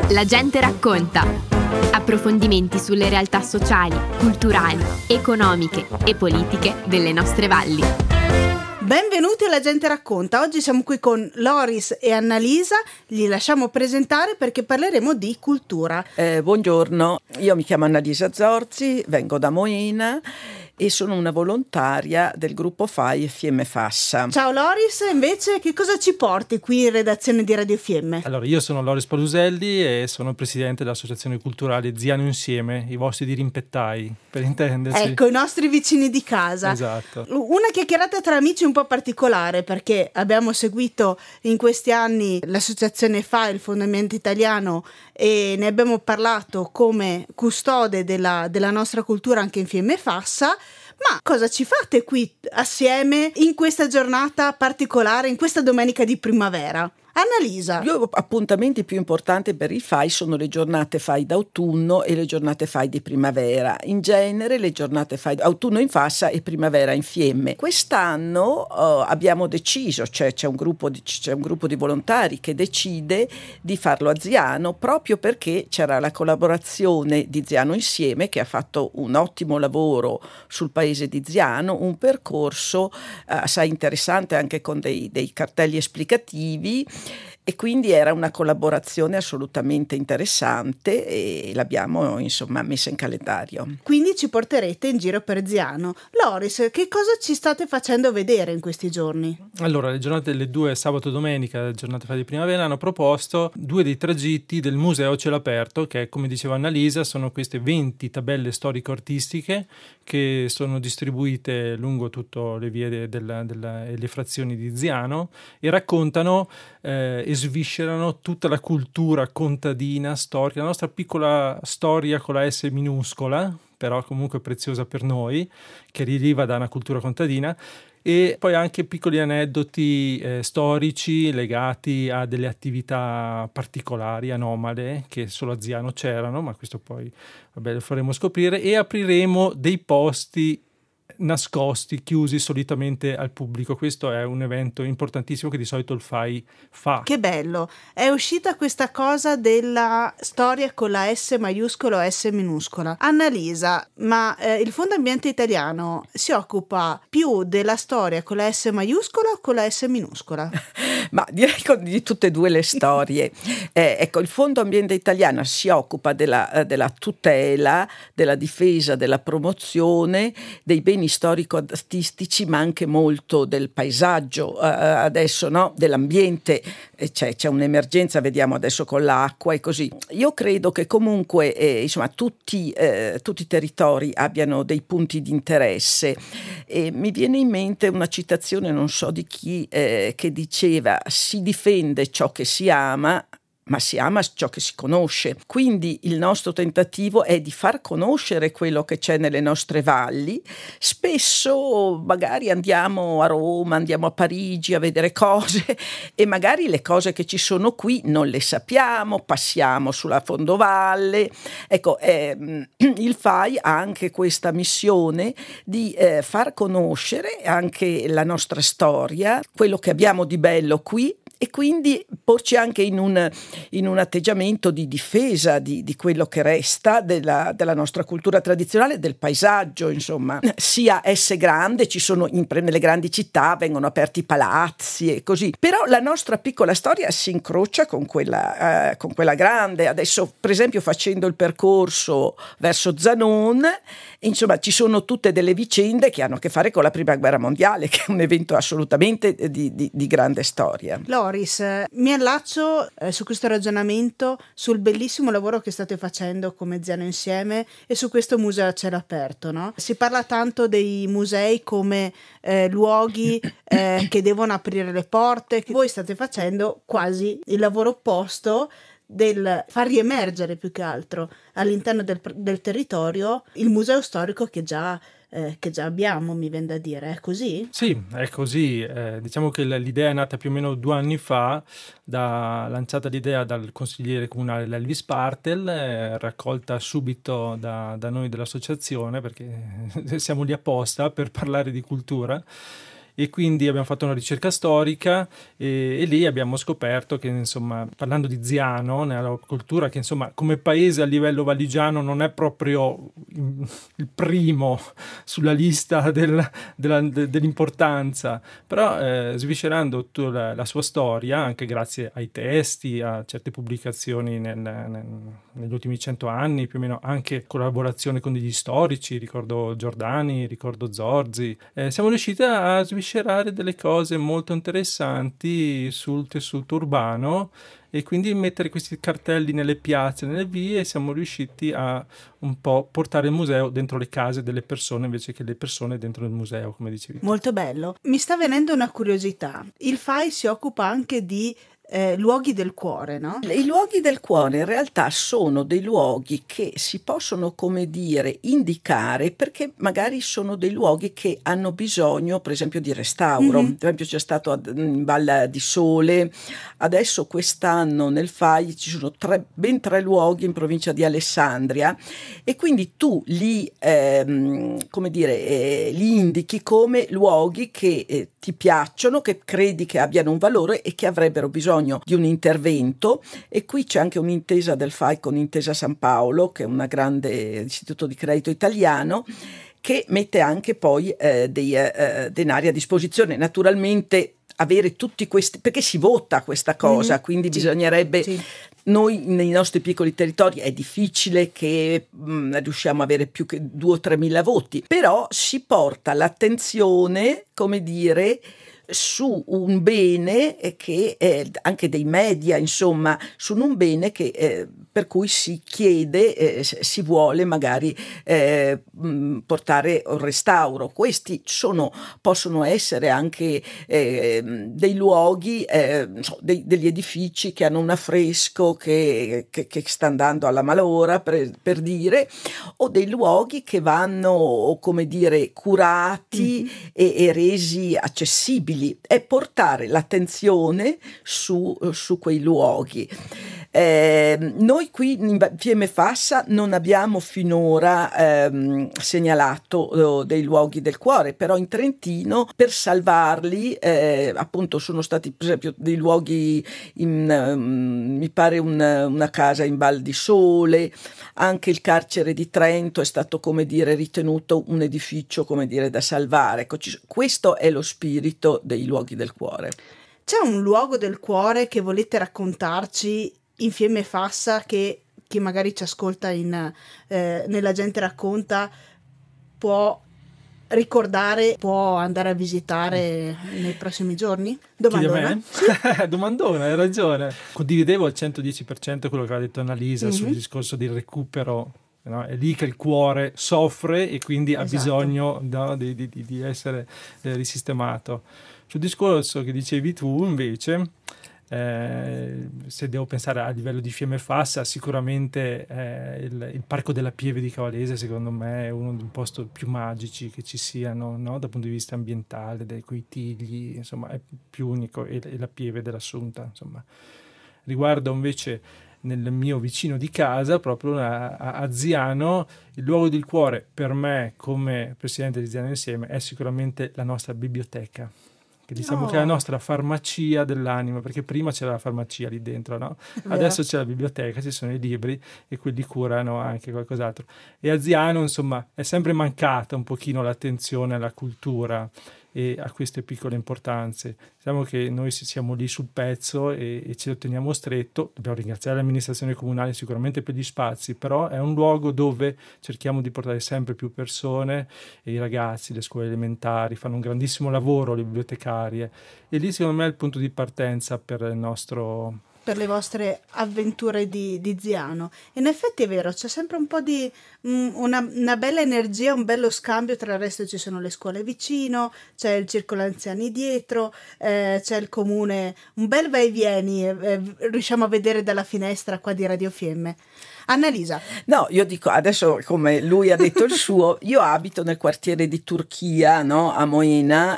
La gente racconta. Approfondimenti sulle realtà sociali, culturali, economiche e politiche delle nostre valli. Benvenuti alla gente racconta. Oggi siamo qui con Loris e Annalisa. Li lasciamo presentare perché parleremo di cultura. Buongiorno, io mi chiamo Annalisa Zorzi, vengo da Moena e sono una volontaria del gruppo FAI Fiemme Fassa. Ciao Loris, invece che cosa ci porti qui in redazione di Radio Fiemme? Allora, io sono Loris Paluselli e sono presidente dell'associazione culturale Ziano Insieme, i vostri dirimpettai, per intenderci. Ecco, i nostri vicini di casa. Esatto. Una chiacchierata tra amici un po' particolare, perché abbiamo seguito in questi anni l'associazione FAI, il Fondo Ambiente Italiano, e ne abbiamo parlato come custode della nostra cultura anche in Fiemme Fassa. Ma cosa ci fate qui assieme in questa giornata particolare, in questa domenica di primavera? Annalisa. Gli appuntamenti più importanti per il FAI sono le giornate FAI d'autunno e le giornate FAI di primavera. In genere le giornate FAI autunno in Fassa e primavera in Fiemme. Quest'anno abbiamo deciso, c'è un gruppo di volontari che decide di farlo a Ziano, proprio perché c'era la collaborazione di Ziano Insieme, che ha fatto un ottimo lavoro sul paese di Ziano, un percorso assai interessante anche con dei cartelli esplicativi. E quindi era una collaborazione assolutamente interessante e l'abbiamo insomma messa in calendario. Quindi ci porterete in giro per Ziano. Loris, che cosa ci state facendo vedere in questi giorni? Allora, le giornate delle 2 sabato e domenica, giornate FAI di primavera, hanno proposto 2 dei tragitti del Museo Cielo Aperto, che come diceva Annalisa sono queste 20 tabelle storico-artistiche che sono distribuite lungo tutte le vie e le frazioni di Ziano e raccontano e sviscerano tutta la cultura contadina, storica, la nostra piccola storia con la S minuscola, però comunque preziosa per noi, che deriva da una cultura contadina, e poi anche piccoli aneddoti storici legati a delle attività particolari, anomale, che solo a Ziano c'erano, ma questo poi lo faremo scoprire, e apriremo dei posti nascosti, chiusi solitamente al pubblico. Questo è un evento importantissimo che di solito il FAI fa. Che bello! È uscita questa cosa della storia con la S maiuscola o S minuscola. Annalisa, ma il Fondo Ambiente Italiano si occupa più della storia con la S maiuscola o con la S minuscola? Ma direi di tutte e due le storie. Ecco, il Fondo Ambiente Italiano si occupa della tutela, della difesa, della promozione dei beni storico-artistici, ma anche molto del paesaggio, adesso no? Dell'ambiente. C'è un'emergenza, vediamo adesso con l'acqua e così. Io credo che comunque insomma tutti i territori abbiano dei punti di interesse. E mi viene in mente una citazione, non so di chi, che diceva: si difende ciò che si ama, ma si ama ciò che si conosce. Quindi il nostro tentativo è di far conoscere quello che c'è nelle nostre valli. Spesso magari andiamo a Roma, andiamo a Parigi a vedere cose e magari le cose che ci sono qui non le sappiamo, passiamo sulla fondovalle. Ecco, il FAI ha anche questa missione di far conoscere anche la nostra storia, quello che abbiamo di bello qui, e quindi porci anche in un atteggiamento di difesa di quello che resta della nostra cultura tradizionale, del paesaggio, insomma. Sia esse grande, ci sono nelle grandi città, vengono aperti palazzi e così, però la nostra piccola storia si incrocia con quella grande. Adesso, per esempio, facendo il percorso verso Zanon, insomma, ci sono tutte delle vicende che hanno a che fare con la Prima Guerra Mondiale, che è un evento assolutamente di grande storia. Loris, mi allaccio su questo ragionamento sul bellissimo lavoro che state facendo come Ziano Insieme e su questo museo a cielo aperto, no? Si parla tanto dei musei come luoghi che devono aprire le porte, che voi state facendo quasi il lavoro opposto del far riemergere più che altro all'interno del territorio il museo storico che già abbiamo, mi viene da dire. È così? Sì, è così. Diciamo che l'idea è nata più o meno 2 anni fa, lanciata l'idea dal consigliere comunale Elvis Partel, raccolta subito da noi dell'associazione, perché siamo lì apposta per parlare di cultura. e quindi abbiamo fatto una ricerca storica e lì abbiamo scoperto che, insomma, parlando di Ziano, nella cultura, che insomma come paese a livello valigiano non è proprio il primo sulla lista dell'importanza, però sviscerando tutta la sua storia, anche grazie ai testi, a certe pubblicazioni negli ultimi 100 anni, più o meno, anche collaborazione con degli storici, ricordo Giordani, ricordo Zorzi, siamo riusciti a sviscerare delle cose molto interessanti sul tessuto urbano e quindi mettere questi cartelli nelle piazze, nelle vie, e siamo riusciti a un po' portare il museo dentro le case delle persone invece che le persone dentro il museo, come dicevi. Molto bello. Mi sta venendo una curiosità. Il FAI si occupa anche di luoghi del cuore, no? I luoghi del cuore in realtà sono dei luoghi che si possono, come dire, indicare perché magari sono dei luoghi che hanno bisogno, per esempio, di restauro. Per esempio c'è stato in Val di Sole, adesso quest'anno nel FAI ci sono ben tre luoghi in provincia di Alessandria, e quindi tu li indichi come luoghi che ti piacciono, che credi che abbiano un valore e che avrebbero bisogno di un intervento. E qui c'è anche un'intesa del FAI con Intesa San Paolo, che è un grande istituto di credito italiano, che mette anche poi dei denari a disposizione. Naturalmente avere tutti questi, perché si vota questa cosa, quindi bisognerebbe... Noi nei nostri piccoli territori è difficile che riusciamo a avere più che 2 o 3 mila voti, però si porta l'attenzione, come dire, su un bene che anche dei media, insomma, su un bene che per cui si chiede, si vuole magari portare un restauro. Questi possono essere anche dei luoghi, degli edifici che hanno un affresco che sta andando alla malora, per dire, o dei luoghi che vanno, come dire, curati e resi accessibili. È portare l'attenzione su quei luoghi. Noi qui in Fiemme Fassa non abbiamo finora segnalato dei luoghi del cuore, però in Trentino per salvarli appunto sono stati per esempio dei luoghi mi pare una casa in Val di Sole, anche il carcere di Trento è stato, come dire, ritenuto un edificio, come dire, da salvare. Ecco, questo è lo spirito dei luoghi del cuore. C'è un luogo del cuore che volete raccontarci in Fiemme Fassa che chi magari ci ascolta nella gente racconta può ricordare, può andare a visitare nei prossimi giorni? Domandona? Sì. Domandona, hai ragione. Condividevo al 110% quello che aveva detto Annalisa sul discorso del recupero. No? È lì che il cuore soffre e quindi ha bisogno, no, di essere risistemato. Sul discorso che dicevi tu invece, se devo pensare a livello di Fiemme Fassa, sicuramente il Parco della Pieve di Cavalese secondo me è uno dei posti più magici che ci siano, no? Dal punto di vista ambientale, quei tigli, insomma è più unico, e la Pieve dell'Assunta, insomma. Riguardo invece nel mio vicino di casa, proprio a Ziano, il luogo del cuore per me come presidente di Ziano Insieme è sicuramente la nostra biblioteca, che diciamo che è la nostra farmacia dell'anima, perché prima c'era la farmacia lì dentro, no? Adesso c'è la biblioteca, ci sono i libri e quelli curano anche qualcos'altro. E a Ziano, insomma, è sempre mancata un pochino l'attenzione alla cultura e a queste piccole importanze. Diciamo che noi siamo lì sul pezzo e ce lo teniamo stretto. Dobbiamo ringraziare l'amministrazione comunale sicuramente per gli spazi, però è un luogo dove cerchiamo di portare sempre più persone, e i ragazzi, le scuole elementari fanno un grandissimo lavoro, le bibliotecarie, e lì secondo me è il punto di partenza per il nostro... per le vostre avventure di Ziano. In effetti è vero, c'è sempre un po' di una bella energia, un bello scambio. Tra il resto ci sono le scuole vicino, c'è il circolo anziani dietro, c'è il comune, un bel vai e vieni, riusciamo a vedere dalla finestra qua di Radio Fiemme. Annalisa. No, io dico adesso, come lui ha detto il suo, io abito nel quartiere di Turchia, no? A Moena,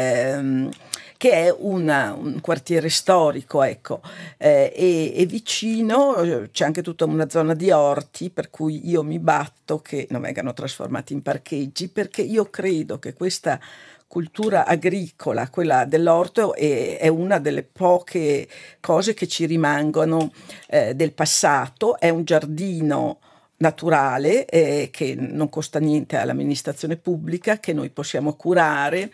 che è un quartiere storico, ecco, e vicino c'è anche tutta una zona di orti, per cui io mi batto che non vengano trasformati in parcheggi, perché io credo che questa cultura agricola, quella dell'orto, è una delle poche cose che ci rimangono del passato. È un giardino naturale che non costa niente all'amministrazione pubblica, che noi possiamo curare.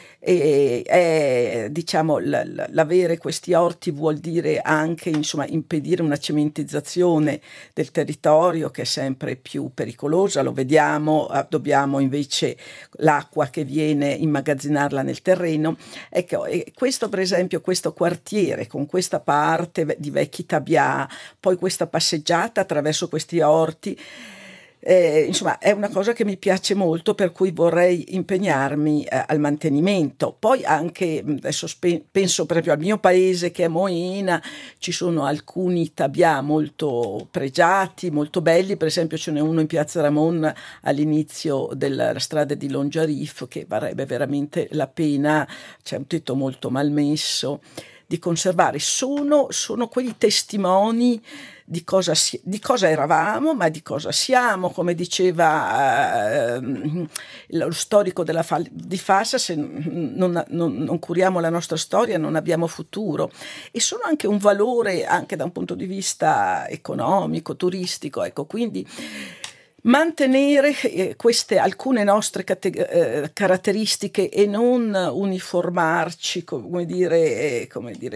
E diciamo, l'avere questi orti vuol dire anche, insomma, impedire una cementizzazione del territorio, che è sempre più pericolosa, lo vediamo. Dobbiamo invece l'acqua che viene immagazzinarla nel terreno. Ecco, e questo per esempio, questo quartiere con questa parte di vecchi tabià, poi questa passeggiata attraverso questi orti, insomma, è una cosa che mi piace molto, per cui vorrei impegnarmi al mantenimento. Poi anche, adesso penso proprio al mio paese, che è Moena, ci sono alcuni tabià molto pregiati, molto belli. Per esempio ce n'è uno in Piazza Ramon all'inizio della strada di Longariff, che varrebbe veramente la pena. C'è un tetto molto malmesso, di conservare. Sono quegli testimoni di cosa eravamo, ma di cosa siamo. Come diceva lo storico di Fassa, se non curiamo la nostra storia non abbiamo futuro. E sono anche un valore anche da un punto di vista economico, turistico, ecco. Quindi mantenere queste alcune nostre caratteristiche e non uniformarci, come dire,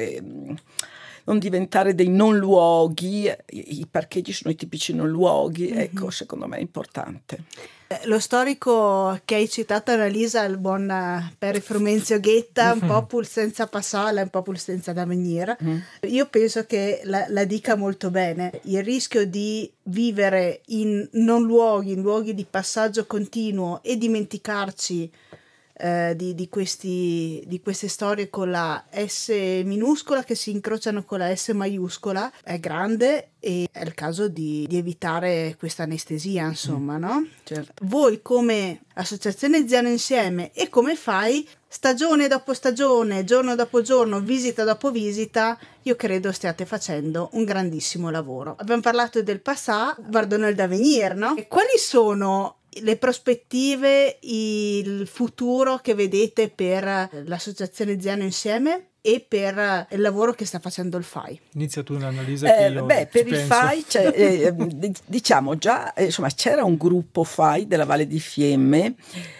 non diventare dei non luoghi. I parcheggi sono i tipici non luoghi, ecco, secondo me è importante. Lo storico che hai citato, Annalisa, il buon Pere Frumenzio Ghetta, un po' pur senza passare, un po' pur senza da venire. Io penso che la dica molto bene. Il rischio di vivere in non luoghi, in luoghi di passaggio continuo, e dimenticarci di queste storie con la S minuscola che si incrociano con la S maiuscola è grande, e è il caso di evitare questa anestesia, insomma, no? Certo. Voi come Associazione Ziano Insieme, e come fai stagione dopo stagione, giorno dopo giorno, visita dopo visita, io credo stiate facendo un grandissimo lavoro. Abbiamo parlato del passato, guardano il da venire, no? E quali sono le prospettive, il futuro che vedete per l'Associazione Ziano Insieme e per il lavoro che sta facendo il FAI? Inizia tu, Annalisa, che io per ci il penso. FAI diciamo già, insomma, c'era un gruppo FAI della Valle di Fiemme.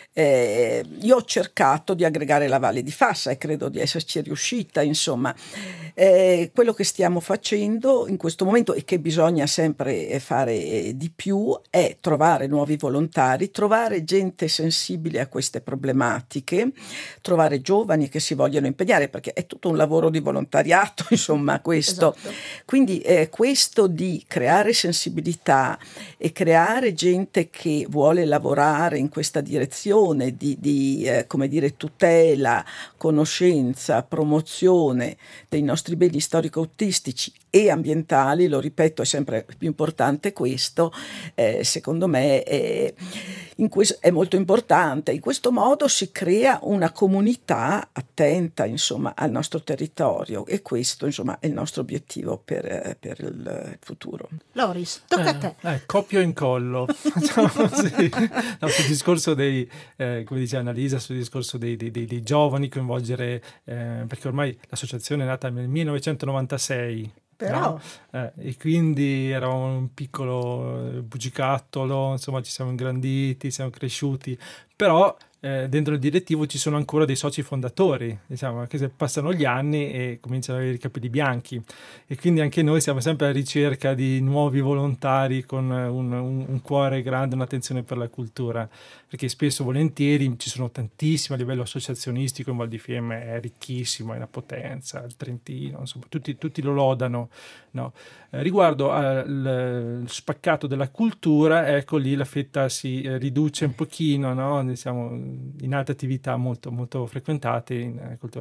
Io ho cercato di aggregare la Valle di Fassa e credo di esserci riuscita, insomma. Quello che stiamo facendo in questo momento, e che bisogna sempre fare di più, è trovare nuovi volontari, trovare gente sensibile a queste problematiche, trovare giovani che si vogliono impegnare, perché è tutto un lavoro di volontariato, insomma, questo. Esatto. Quindi questo di creare sensibilità e creare gente che vuole lavorare in questa direzione di come dire, tutela, conoscenza, promozione dei nostri beni storico-artistici e ambientali, lo ripeto, è sempre più importante questo, secondo me è molto importante. In questo modo si crea una comunità attenta, insomma, al nostro territorio, e questo, insomma, è il nostro obiettivo per il futuro. Loris, tocca a te. Coppio e incollo, facciamo così. No, sul discorso come dice Annalisa, sul discorso dei giovani, coinvolgere, perché ormai l'associazione è nata nel 1996. Però e quindi eravamo un piccolo bugigattolo, insomma, ci siamo ingranditi, siamo cresciuti, però dentro il direttivo ci sono ancora dei soci fondatori, diciamo, che se passano gli anni e cominciano ad avere i capelli bianchi, e quindi anche noi siamo sempre alla ricerca di nuovi volontari con un cuore grande, un'attenzione per la cultura, perché spesso volentieri ci sono tantissimi a livello associazionistico. In Val di Fiemme è ricchissimo, è una potenza, il Trentino, insomma, tutti lo lodano, no? Riguardo al spaccato della cultura, ecco, lì la fetta si riduce un pochino, no? Siamo in altre attività molto, molto frequentate in cultura.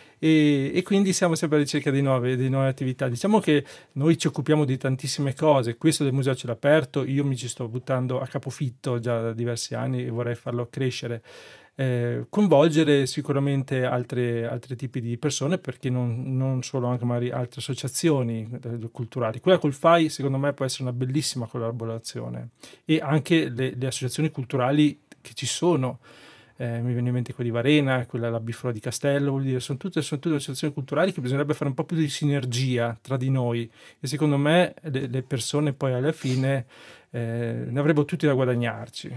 E quindi siamo sempre alla ricerca di nuove attività. Diciamo che noi ci occupiamo di tantissime cose. Questo del Museo a Cielo Aperto, io mi ci sto buttando a capofitto già da diversi anni e vorrei farlo crescere. Coinvolgere sicuramente altri tipi di persone, perché non solo, anche magari altre associazioni culturali. Quella col FAI secondo me può essere una bellissima collaborazione, e anche le associazioni culturali che ci sono. mi viene in mente quella di Varena, quella la Bifora di Castello, vuol dire, sono tutte associazioni culturali che bisognerebbe fare un po' più di sinergia tra di noi, e secondo me le persone poi alla fine ne avrebbero tutti da guadagnarci.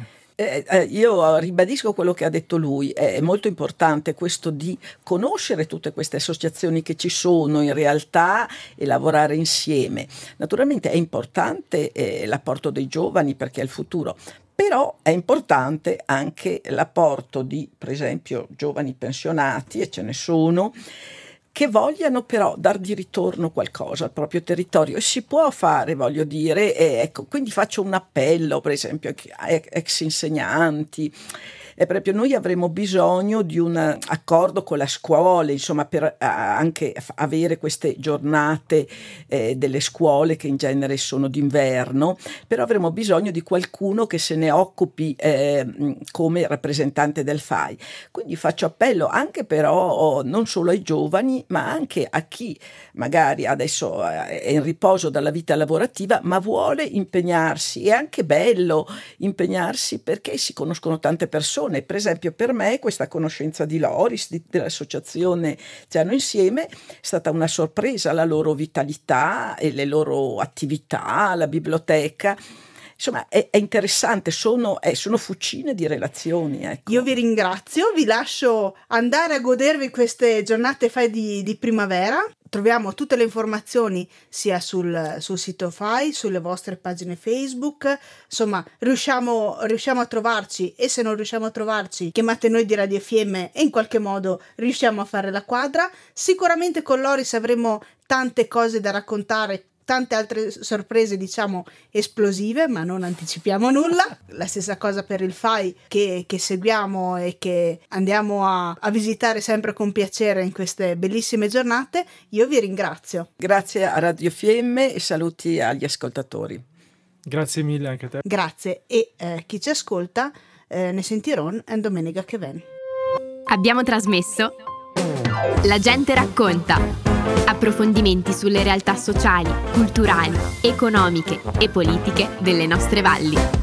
Io ribadisco quello che ha detto lui, è molto importante questo di conoscere tutte queste associazioni che ci sono in realtà e lavorare insieme. Naturalmente è importante l'apporto dei giovani perché è il futuro, però è importante anche l'apporto di, per esempio, giovani pensionati, e ce ne sono, che vogliano però dar di ritorno qualcosa al proprio territorio, e si può fare, voglio dire, ecco, quindi faccio un appello per esempio a ex insegnanti. Per esempio noi avremo bisogno di un accordo con la scuola, insomma, per anche avere queste giornate delle scuole che in genere sono d'inverno, però avremo bisogno di qualcuno che se ne occupi come rappresentante del FAI. Quindi faccio appello anche però non solo ai giovani, ma anche a chi magari adesso è in riposo dalla vita lavorativa ma vuole impegnarsi. È anche bello impegnarsi perché si conoscono tante persone. Per esempio per me questa conoscenza di Loris, dell'associazione Ziano Insieme, è stata una sorpresa, la loro vitalità e le loro attività, la biblioteca. Insomma è interessante, sono fucine di relazioni. Ecco. Io vi ringrazio, vi lascio andare a godervi queste giornate FAI di primavera. Troviamo tutte le informazioni sia sul sito FAI, sulle vostre pagine Facebook, insomma riusciamo a trovarci, e se non riusciamo a trovarci chiamate noi di Radio FM e in qualche modo riusciamo a fare la quadra. Sicuramente con Loris avremo tante cose da raccontare, tante altre sorprese diciamo esplosive, ma non anticipiamo nulla. La stessa cosa per il FAI che seguiamo e che andiamo a visitare sempre con piacere in queste bellissime giornate. Io vi ringrazio. Grazie a Radio FM e saluti agli ascoltatori. Grazie mille anche a te. Grazie, e chi ci ascolta ne sentirò en domenica che ven. Abbiamo trasmesso La gente racconta. Approfondimenti sulle realtà sociali, culturali, economiche e politiche delle nostre valli.